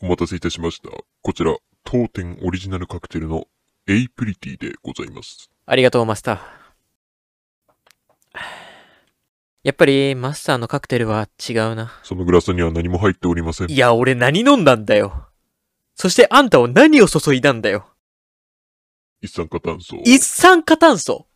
お待たせいたしました。こちら、当店オリジナルカクテルのエイプリティでございます。 ありがとう、マスター。やっぱり、マスターのカクテルは違うな。 そのグラスには何も入っておりません。 いや、俺何飲んだんだよ。そしてあんたは何を注いだんだよ。 一酸化炭素。 一酸化炭素